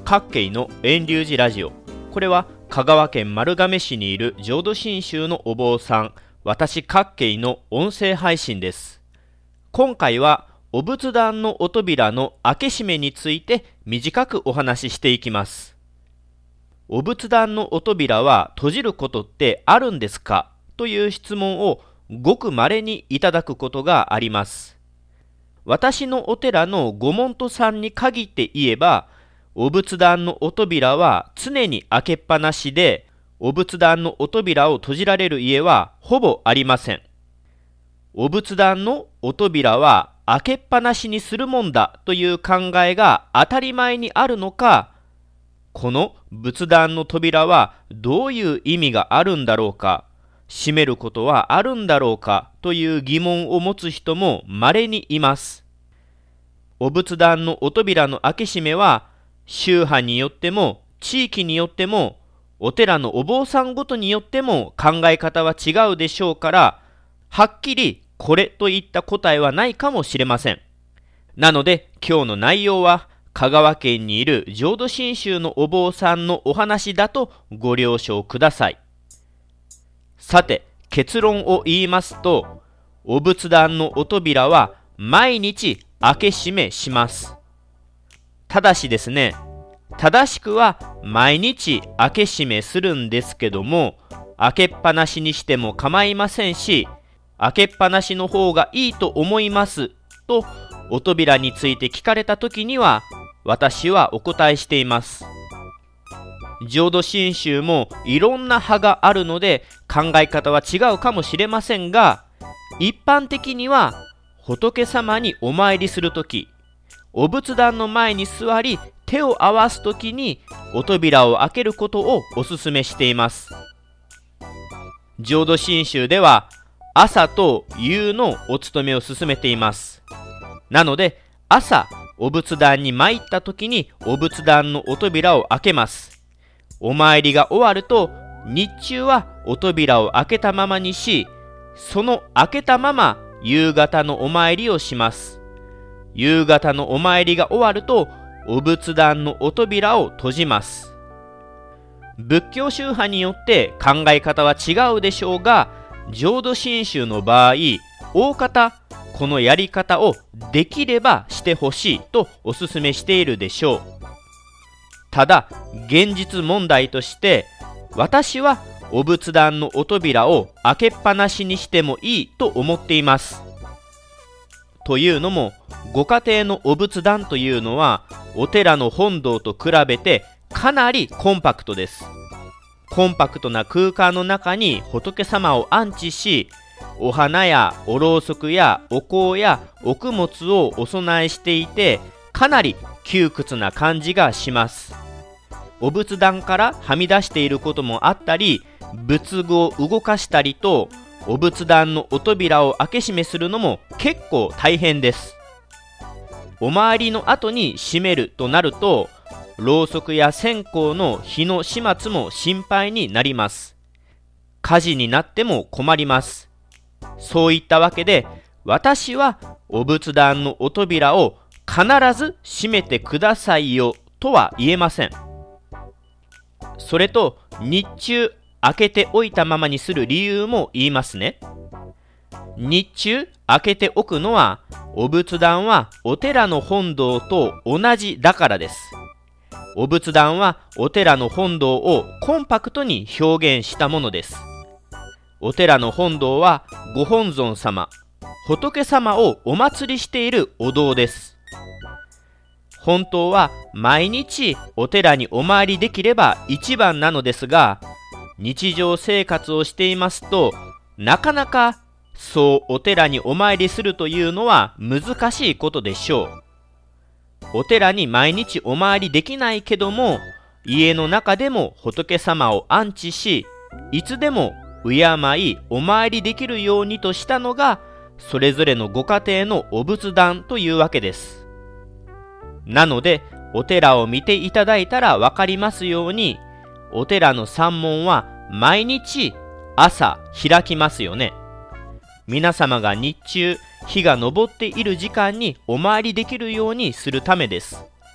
各系の遠流寺ラジオ。これは香川県丸亀市にいる浄土真宗のお坊さん、私各系の音声配信です。今回はお仏壇のお扉の開け閉めについて短くお話ししていきます。お仏壇のお扉は閉じることってあるんですかという質問をごく稀にいただくことがあります。私のお寺のご門徒さんに限って言えば、お仏壇のお扉は常に開けっぱなしで、お仏壇のお扉を閉じられる家はほぼありません。お仏壇のお扉は開けっぱなしにするもんだという考えが当たり前にあるのか、この仏壇の扉はどういう意味があるんだろうか、閉めることはあるんだろうかという疑問を持つ人も稀にいます。お仏壇のお扉の開け閉めは宗派によっても地域によってもお寺のお坊さんごとによっても考え方は違うでしょうから、はっきりこれといった答えはないかもしれません。なので今日の内容は香川県にいる浄土真宗のお坊さんのお話だとご了承ください。さて結論を言いますと、お仏壇のお扉は毎日開け閉めします。ただしですね、正しくは毎日開け閉めするんですけども、開けっぱなしにしても構いませんし、開けっぱなしの方がいいと思いますとお扉について聞かれた時には私はお答えしています。浄土真宗もいろんな派があるので考え方は違うかもしれませんが、一般的には仏様にお参りするとき、お仏壇の前に座り手を合わすときにお扉を開けることをお勧めしています。浄土真宗では朝と夕のお勤めを勧めています。なので朝お仏壇に参ったときにお仏壇のお扉を開けます。お参りが終わると日中はお扉を開けたままにし、その開けたまま夕方のお参りをします。夕方のお参りが終わるとお仏壇のお扉を閉じます。仏教宗派によって考え方は違うでしょうが、浄土真宗の場合、大方このやり方をできればしてほしいとお勧めしているでしょう。ただ現実問題として、私はお仏壇のお扉を開けっぱなしにしてもいいと思っています。というのも、ご家庭のお仏壇というのはお寺の本堂と比べてかなりコンパクトです。コンパクトな空間の中に仏様を安置し、お花やおろうそくやお香やお供物をお供えしていて、かなり窮屈な感じがします。お仏壇からはみ出していることもあったり、仏具を動かしたりと、お仏壇のお扉を開け閉めするのも結構大変です。お参りの後に閉めるとなると、ろうそくや線香の火の始末も心配になります。火事になっても困ります。そういったわけで、私はお仏壇のお扉を必ず閉めてくださいよとは言えません。それと日中開けておいたままにする理由も言いますね。日中開けておくのは、お仏壇はお寺の本堂と同じだからです。お仏壇はお寺の本堂をコンパクトに表現したものです。お寺の本堂はご本尊様、仏様をお祭りしているお堂です。本当は毎日お寺にお参りできれば一番なのですが、日常生活をしていますとなかなかそうお寺にお参りするというのは難しいことでしょう。お寺に毎日お参りできないけども、家の中でも仏様を安置し、いつでも敬いお参りできるようにとしたのが、それぞれのご家庭のお仏壇というわけです。なのでお寺を見ていただいたらわかりますように、お寺の山門は毎日朝開きますよね。皆様が日中日が昇っている時間にお参りできるようにするためです。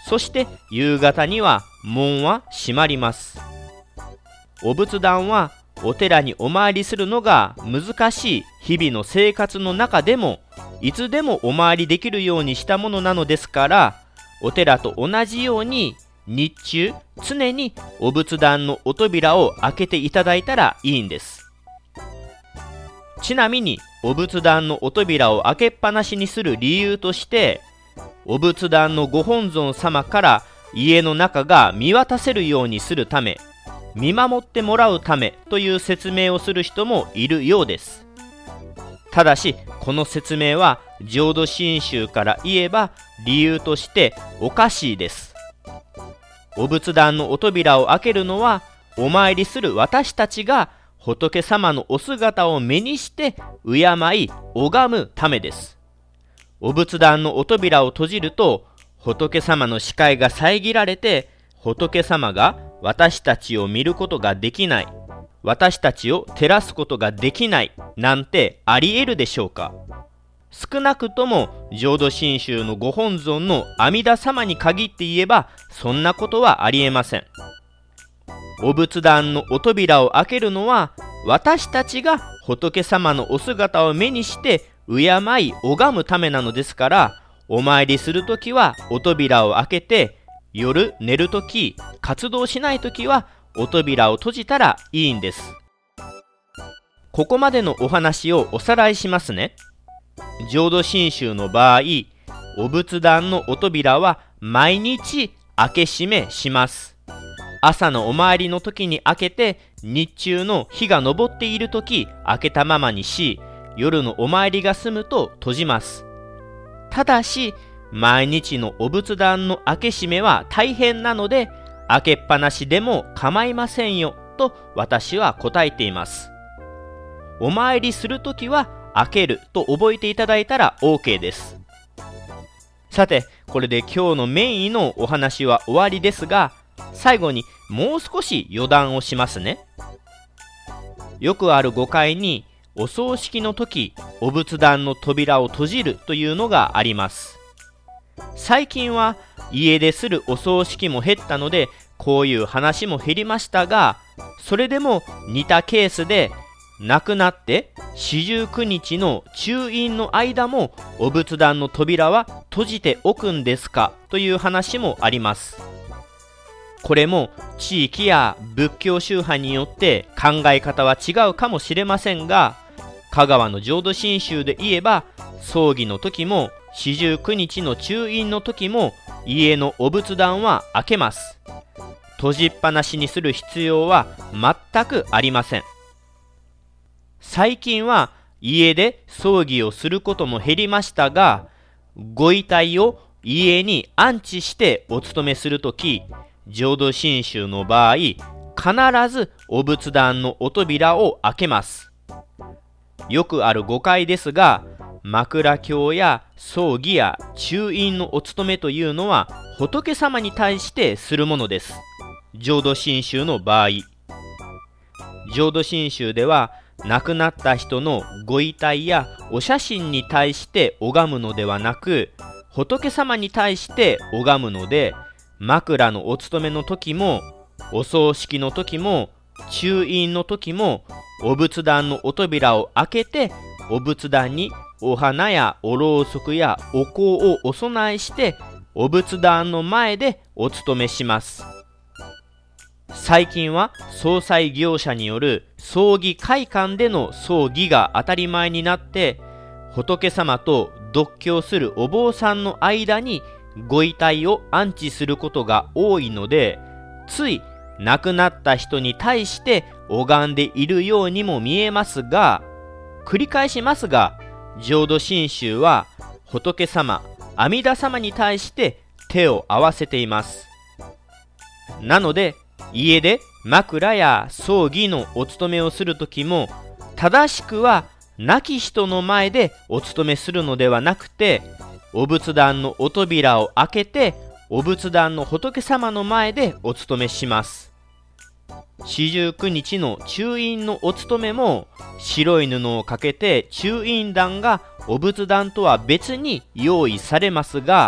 そして夕方には門は閉まります。お仏壇はお寺にお参りするのが難しい日々の生活の中でもいつでもお参りできるようにしたものなのですから、お寺と同じように日中常にお仏壇のお扉を開けていただいたらいいんです。ちなみにお仏壇のお扉を開けっぱなしにする理由として、お仏壇のご本尊様から家の中が見渡せるようにするため、見守ってもらうためという説明をする人もいるようです。ただしこの説明は浄土真宗から言えば理由としておかしいです。お仏壇のお扉を開けるのはお参りする私たちが仏様のお姿を目にして敬い拝むためです。お仏壇のお扉を閉じると仏様の視界が遮られて、仏様が私たちを見ることができない、私たちを照らすことができないなんてあり得るでしょうか。少なくとも浄土真宗のご本尊の阿弥陀様に限って言えばそんなことはありえません。お仏壇のお扉を開けるのは私たちが仏様のお姿を目にして敬い拝むためなのですから、お参りするときはお扉を開けて、夜寝るとき、活動しないときはお扉を閉じたらいいんです。ここまでのお話をおさらいしますね。浄土真宗の場合、お仏壇のお扉は毎日開け閉めします。朝のお参りの時に開けて、日中の日が昇っている時開けたままにし、夜のお参りが済むと閉じます。ただし毎日のお仏壇の開け閉めは大変なので、開けっぱなしでも構いませんよと私は答えています。お参りするときは開けると覚えていただいたら OK です。さて、これで今日のメインのお話は終わりですが、最後にもう少し余談をしますね。よくある誤解に、お葬式の時お仏壇の扉を閉じるというのがあります。最近は家でするお葬式も減ったのでこういう話も減りましたが、それでも似たケースで亡くなって四十九日の中陰の間もお仏壇の扉は閉じておくんですかという話もあります。これも地域や仏教宗派によって考え方は違うかもしれませんが、香川の浄土真宗で言えば葬儀の時も四十九日の中陰の時も家のお仏壇は開けます。閉じっぱなしにする必要は全くありません。最近は家で葬儀をすることも減りましたが、ご遺体を家に安置してお勤めするとき、浄土真宗の場合、必ずお仏壇のお扉を開けます。よくある誤解ですが、枕経や葬儀や中陰のお勤めというのは仏様に対してするものです。浄土真宗の場合、浄土真宗では亡くなった人のご遺体やお写真に対して拝むのではなく、仏様に対して拝むので、枕のお勤めの時もお葬式の時も中陰の時もお仏壇のお扉を開けて、お仏壇にお花やおろうそくやお香をお供えしてお仏壇の前でお勤めします。最近は葬祭業者による葬儀会館での葬儀が当たり前になって、仏様と読経するお坊さんの間にご遺体を安置することが多いので、つい亡くなった人に対して拝んでいるようにも見えますが、繰り返しますが、浄土真宗は仏様、阿弥陀様に対して手を合わせています。なので家で枕や葬儀のお勤めをするときも、正しくは亡き人の前でお勤めするのではなくて、お仏壇のお扉を開けてお仏壇の仏様の前でお勤めします。四十九日の中陰のお勤めも白い布をかけて中陰壇がお仏壇とは別に用意されますが、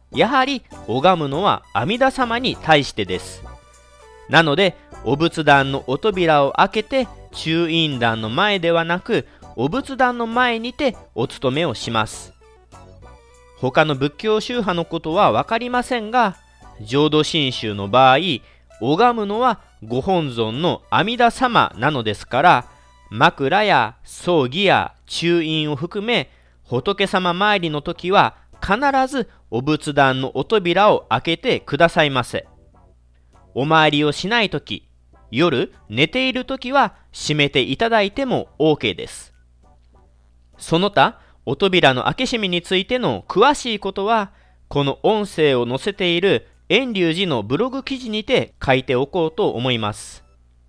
やはり拝むのは阿弥陀様に対してです。なので、お仏壇のお扉を開けて中院壇の前ではなく、お仏壇の前にてお勤めをします。他の仏教宗派のことはわかりませんが、浄土真宗の場合、拝むのはご本尊の阿弥陀様なのですから、枕や葬儀や中院を含め、仏様参りの時は必ずお仏壇のお扉を開けてくださいませ。お参りをしないとき、夜寝ているときは閉めていただいても OK です。その他、お扉の開け閉めについての詳しいことは、この音声を載せている遠隆寺のブログ記事にて書いておこうと思います。